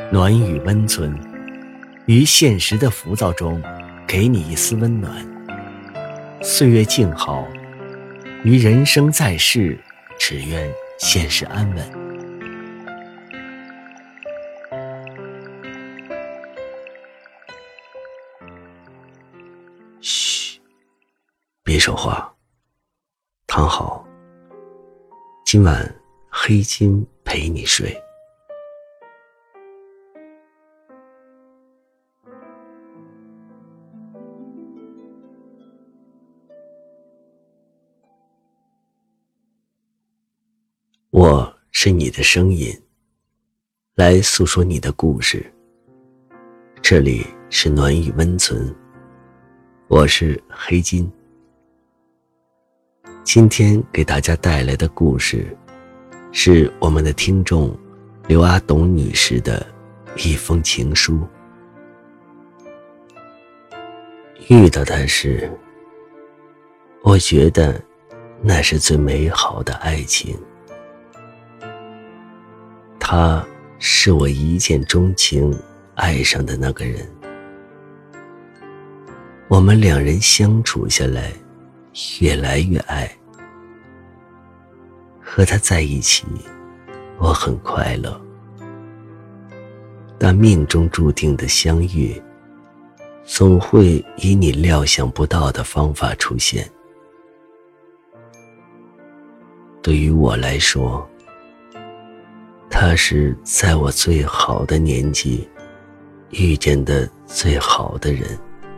暖与温存，于现实的浮躁中给你一丝温暖。岁月静好，于人生在世，只愿现实安稳。嘘，别说话，躺好，今晚黑金陪你睡。我是你的声音，来诉说你的故事。这里是暖与温存，我是黑金。今天给大家带来的故事是我们的听众刘阿董女士的一封情书。遇到他时，我觉得那是最美好的爱情。他是我一见钟情爱上的那个人，我们两人相处下来越来越爱。和他在一起我很快乐，但命中注定的相遇总会以你料想不到的方法出现。对于我来说，他是在我最好的年纪遇见的最好的人，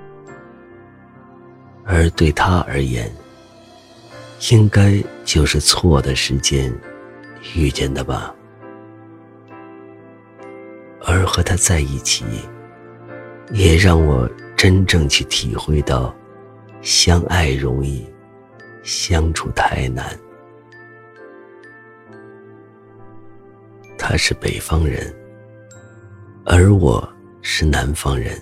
而对他而言，应该就是错的时间遇见的吧。而和他在一起，也让我真正去体会到相爱容易，相处太难。他是北方人，而我是南方人。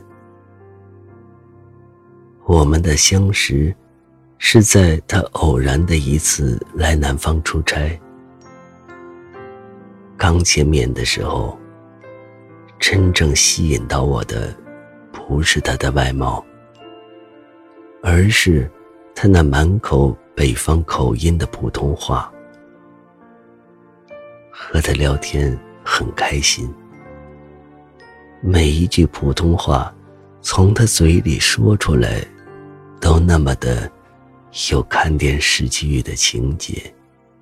我们的相识是在他偶然的一次来南方出差。刚见面的时候，真正吸引到我的不是他的外貌，而是他那满口北方口音的普通话。和他聊天很开心，每一句普通话从他嘴里说出来都那么的有看电视剧的情节。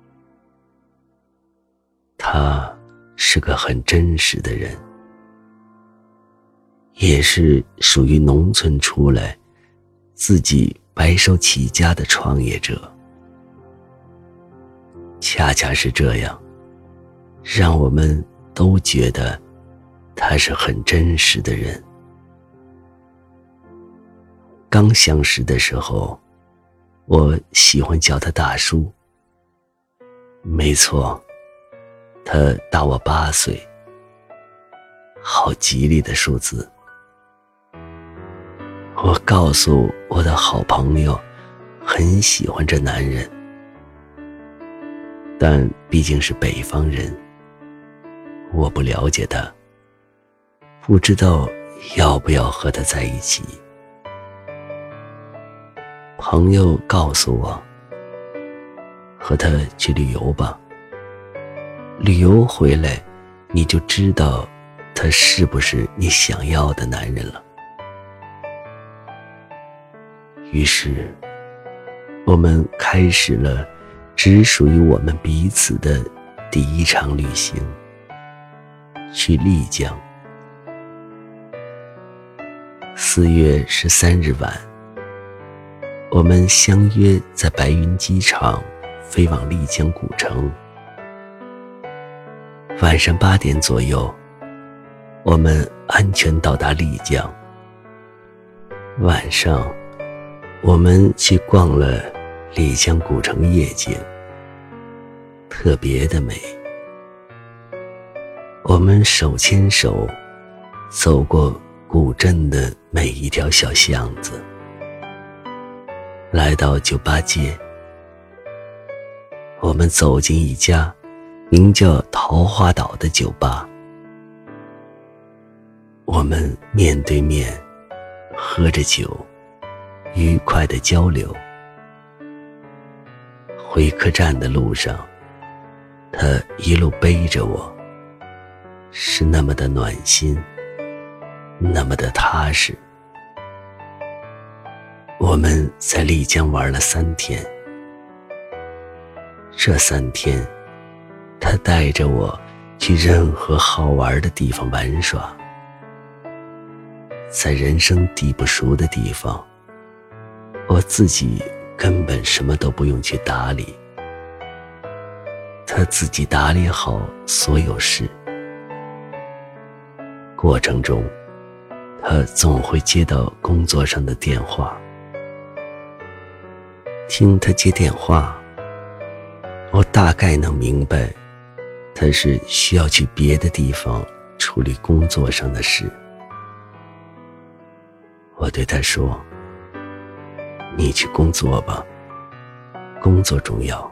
他是个很真实的人，也是属于农村出来自己白手起家的创业者。恰恰是这样，让我们都觉得他是很真实的人。刚相识的时候，我喜欢叫他大叔。没错，他大我8岁，好吉利的数字。我告诉我的好朋友，很喜欢这男人，但毕竟是北方人，我不了解他，不知道要不要和他在一起。朋友告诉我，和他去旅游吧，旅游回来你就知道他是不是你想要的男人了。于是我们开始了只属于我们彼此的第一场旅行，去丽江。4月13日晚，我们相约在白云机场飞往丽江古城。晚上8点左右，我们安全到达丽江。晚上我们去逛了丽江古城夜景，特别的美。我们手牵手走过古镇的每一条小巷子，来到酒吧街。我们走进一家名叫桃花岛的酒吧， 我们面对面喝着酒，愉快地交流。回客栈的路上，他一路背着我，是那么的暖心，那么的踏实。我们在丽江玩了3天，这3天他带着我去任何好玩的地方玩耍，在人生地不熟的地方，我自己根本什么都不用去打理，他自己打理好所有事。过程中，他总会接到工作上的电话，听他接电话，我大概能明白他是需要去别的地方处理工作上的事。我对他说，你去工作吧，工作重要。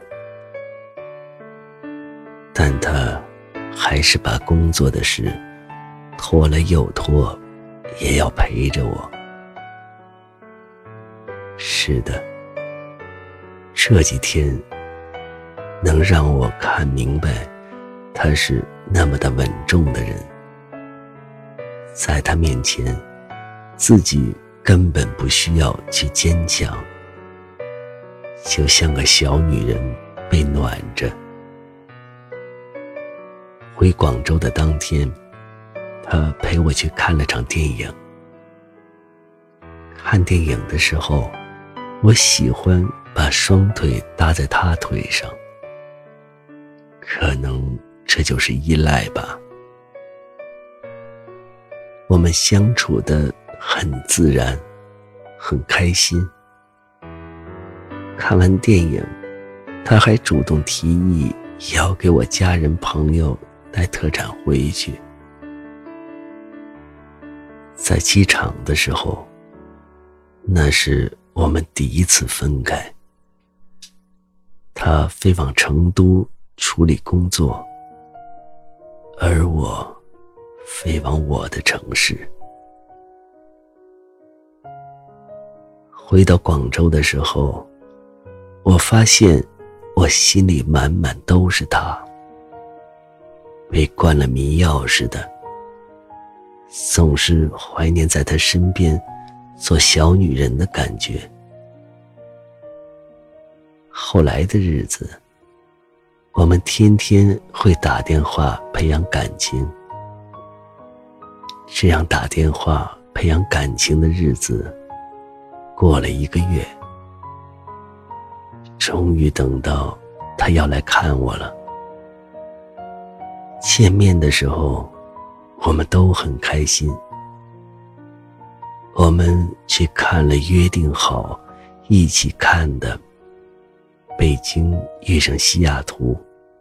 但他还是把工作的事拖了又拖，也要陪着我。是的，这几天能让我看明白他是那么的稳重的人，在他面前自己根本不需要去坚强，就像个小女人被暖着。回广州的当天，他陪我去看了场电影。看电影的时候，我喜欢把双腿搭在他腿上，可能这就是依赖吧。我们相处得很自然，很开心。看完电影，他还主动提议要给我家人朋友带特产回去。在机场的时候，那是我们第一次分开。他飞往成都处理工作，而我飞往我的城市。回到广州的时候，我发现我心里满满都是他，被灌了迷药似的，总是怀念在他身边做小女人的感觉。后来的日子，我们天天会打电话培养感情。这样打电话培养感情的日子过了1个月，终于等到他要来看我了。见面的时候，我们都很开心。我们去看了约定好一起看的北京遇上西雅图。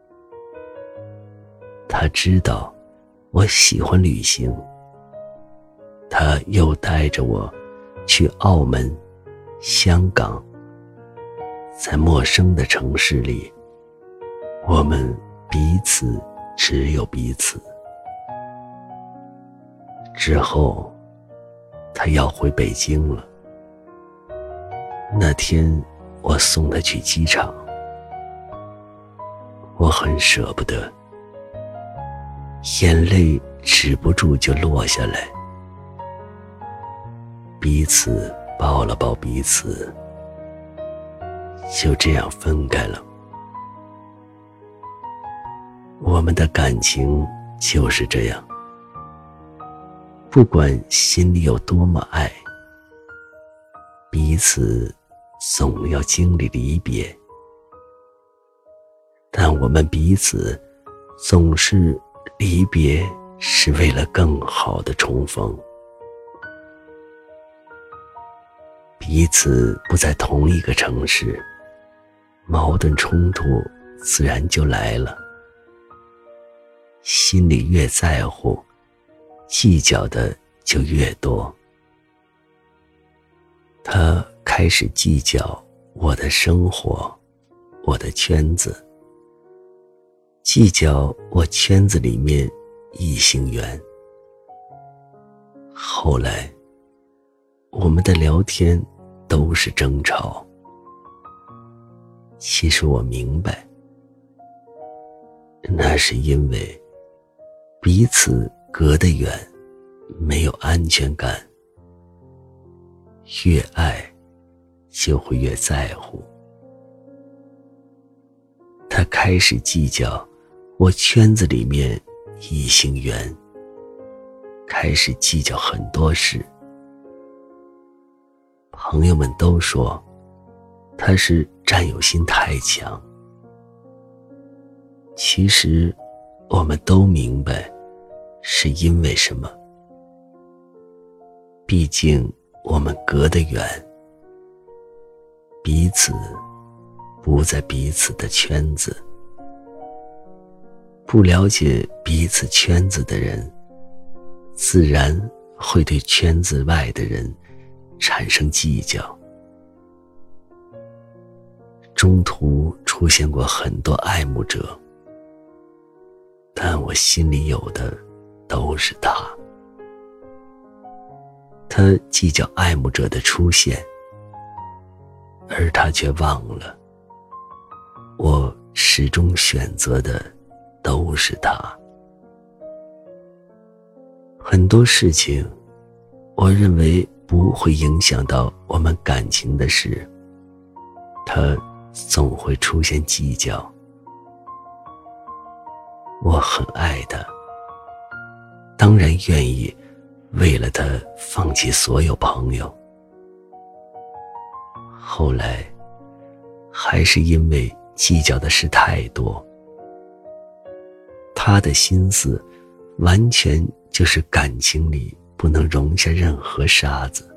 他知道我喜欢旅行，他又带着我去澳门、香港。在陌生的城市里，我们彼此只有彼此。之后他要回北京了。那天我送他去机场，我很舍不得，眼泪止不住就落下来。彼此抱了抱彼此，就这样分开了。我们的感情就是这样，不管心里有多么爱，彼此总要经历离别，但我们彼此总是离别是为了更好的重逢。彼此不在同一个城市，矛盾冲突自然就来了。心里越在乎，计较的就越多。他开始计较我的生活，我的圈子，计较我圈子里面异性缘。 后来我们的聊天都是争吵。其实我明白，那是因为彼此隔得远，没有安全感，越爱就会越在乎。他开始计较我圈子里面异性缘，开始计较很多事。朋友们都说他是占有心太强。其实我们都明白是因为什么。毕竟我们隔得远，彼此不在彼此的圈子，不了解彼此圈子的人，自然会对圈子外的人产生计较。中途出现过很多爱慕者，但我心里有的都是他。他计较爱慕者的出现，而他却忘了，我始终选择的都是他。很多事情，我认为不会影响到我们感情的事，他总会出现计较。我很爱他，当然愿意为了他放弃所有朋友。后来还是因为计较的事太多，他的心思完全就是感情里不能容下任何沙子，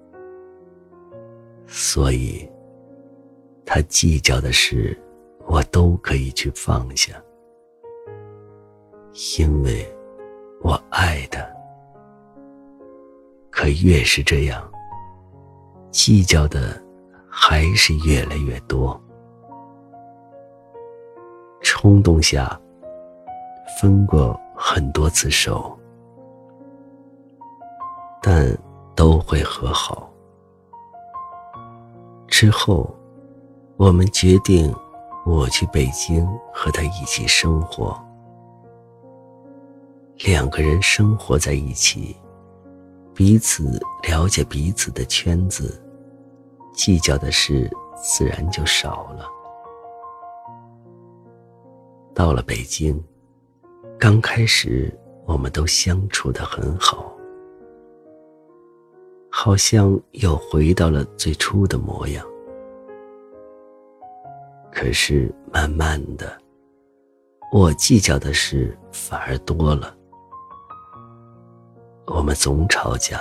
所以他计较的事我都可以去放下，因为我爱他。可越是这样，计较的还是越来越多。冲动下分过很多次手，但都会和好。之后我们决定我去北京和他一起生活。两个人生活在一起，彼此了解彼此的圈子，计较的事自然就少了。到了北京，刚开始我们都相处得很好，好像又回到了最初的模样。可是慢慢的，我计较的事反而多了。我们总吵架，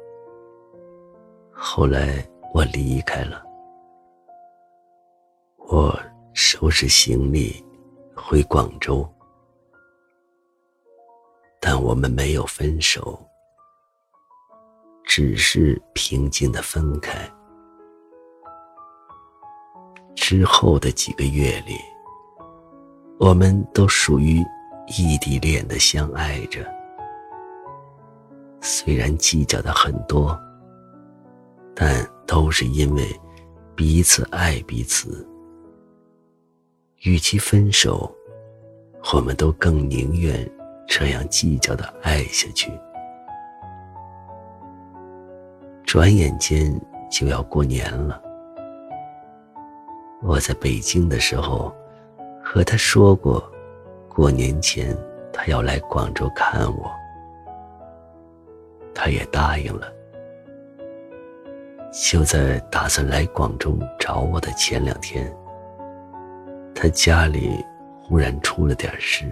后来我离开了，我收拾行李回广州，但我们没有分手，只是平静地分开。之后的几个月里，我们都属于异地恋的相爱着。虽然计较的很多，但都是因为彼此爱彼此。与其分手，我们都更宁愿这样计较的爱下去。转眼间就要过年了，我在北京的时候和他说过，过年前他要来广州看我，他也答应了。就在打算来广州找我的前2天，他家里忽然出了点事，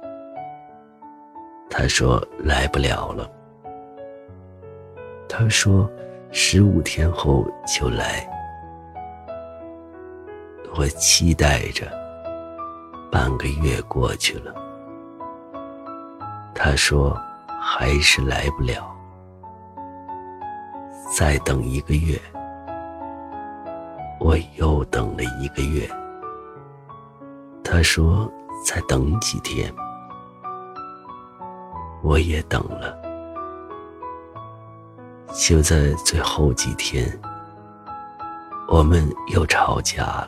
他说来不了了。他说15天后就来。我期待着，半个月过去了，他说还是来不了，再等1个月。我又等了1个月，他说再等几天，我也等了。 就在最后几天，我们又吵架了。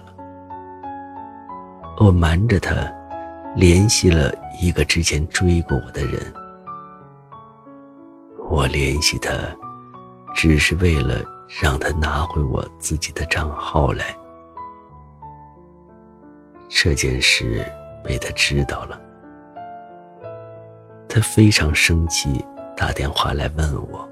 我瞒着他联系了一个之前追过我的人，我联系他只是为了让他拿回我自己的账号来。这件事被他知道了，他非常生气，打电话来问我。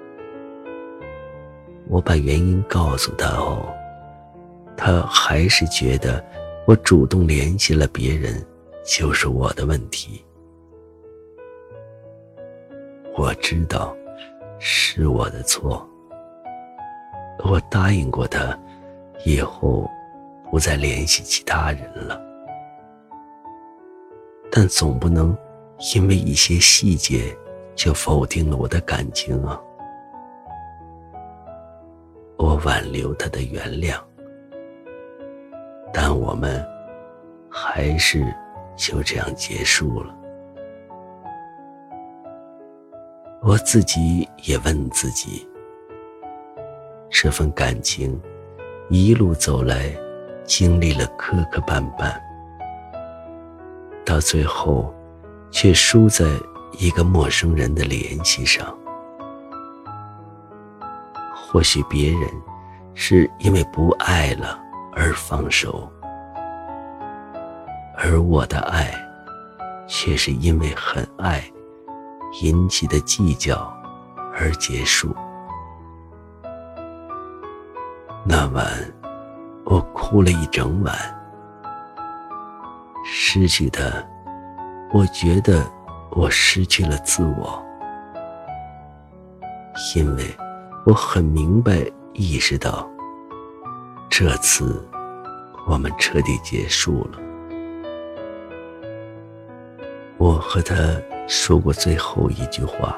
我把原因告诉他后，他还是觉得我主动联系了别人就是我的问题。我知道是我的错，我答应过他以后不再联系其他人了，但总不能因为一些细节就否定了我的感情啊。我挽留他的原谅，但我们还是就这样结束了。我自己也问自己，这份感情一路走来经历了磕磕绊绊，到最后却输在一个陌生人的联系上。或许别人是因为不爱了而放手，而我的爱却是因为很爱引起的计较而结束。那晚我哭了一整晚，失去他，我觉得我失去了自我，因为我很明白意识到，这次我们彻底结束了。我和他说过最后一句话，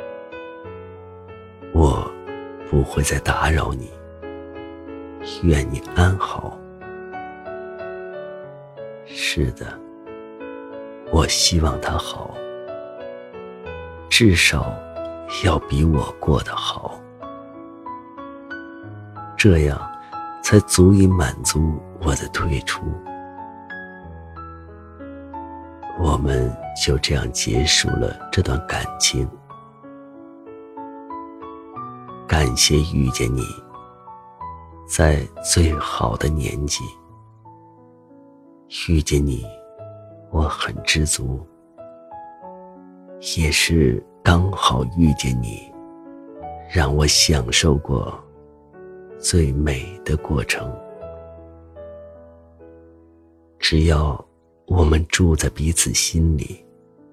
我不会再打扰你，愿你安好。是的，我希望他好，至少要比我过得好，这样才足以满足我的退出。我们就这样结束了这段感情。感谢遇见你，在最好的年纪。遇见你，我很知足，也是刚好遇见你，让我享受过最美的过程。只要我们住在彼此心里，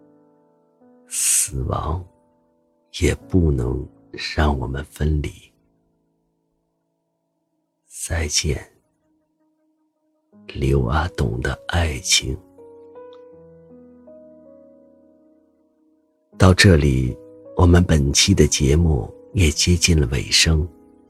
死亡也不能让我们分离。再见，刘阿董的爱情。到这里，我们本期的节目也接近了尾声。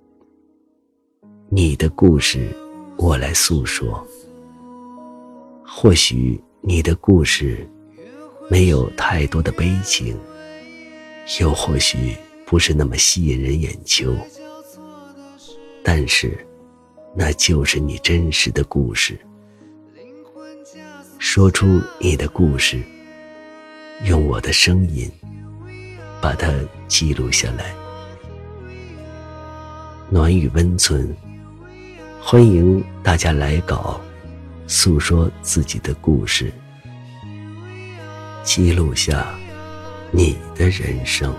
你的故事，我来诉说。或许你的故事没有太多的悲情，又或许不是那么吸引人眼球，但是那就是你真实的故事。说出你的故事，用我的声音把它记录下来。暖雨温存，欢迎大家来稿，诉说自己的故事，记录下你的人生。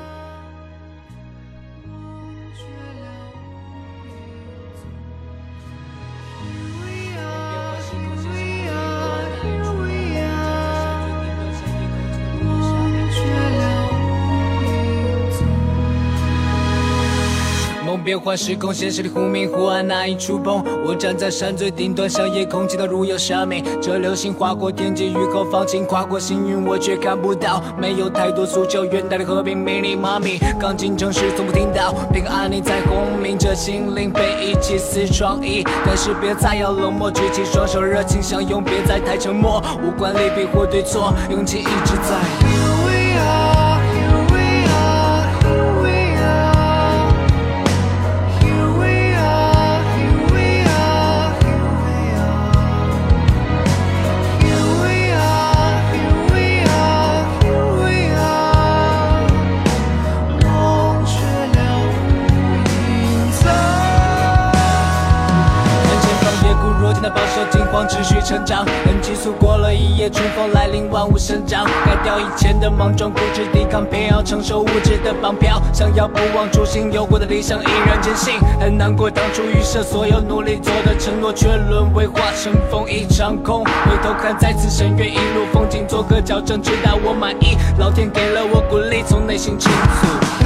变换时空，现实里忽明忽暗，难以触碰。我站在山最顶端，向夜空祈祷如有生命。这流星划过天际，雨后放晴，跨过幸运，我却看不到。没有太多诉求，远大的和平，迷你妈咪。刚进城时从不听到，平安你在轰鸣着心灵，被遗弃似创意。但是别再要冷漠，举起双手，热情相拥，别再太沉默。无关利弊或对错，勇气一直在。Here we are, here we are, here we are. 持续成长，人急速过了一夜，春风来临，万物生长。改掉以前的莽撞，固执抵抗，偏要承受物质的绑票。想要不忘初心，有过的理想依然坚信。很难过当初预设所有努力做的承诺，却沦为化成风一场空。回头看再次深渊，一路风景做个矫正，直到我满意。老天给了我鼓励，从内心倾诉。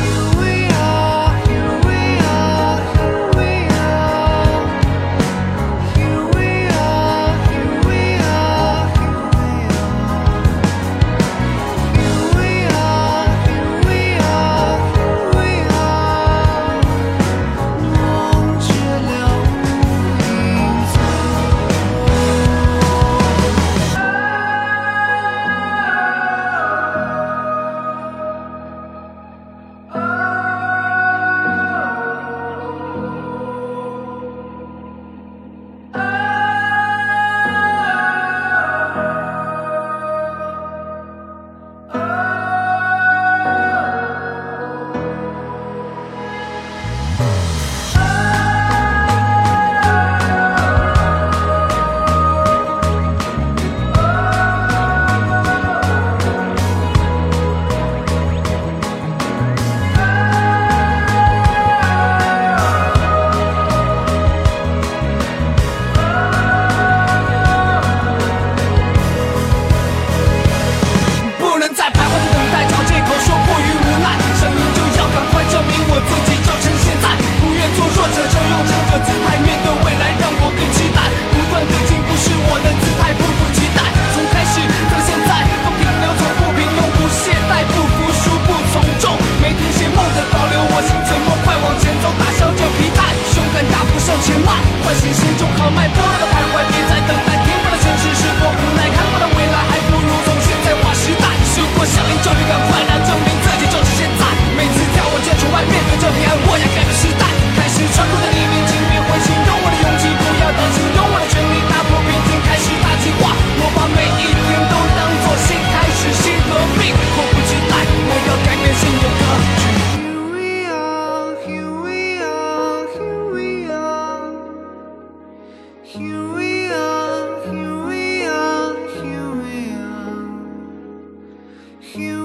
Here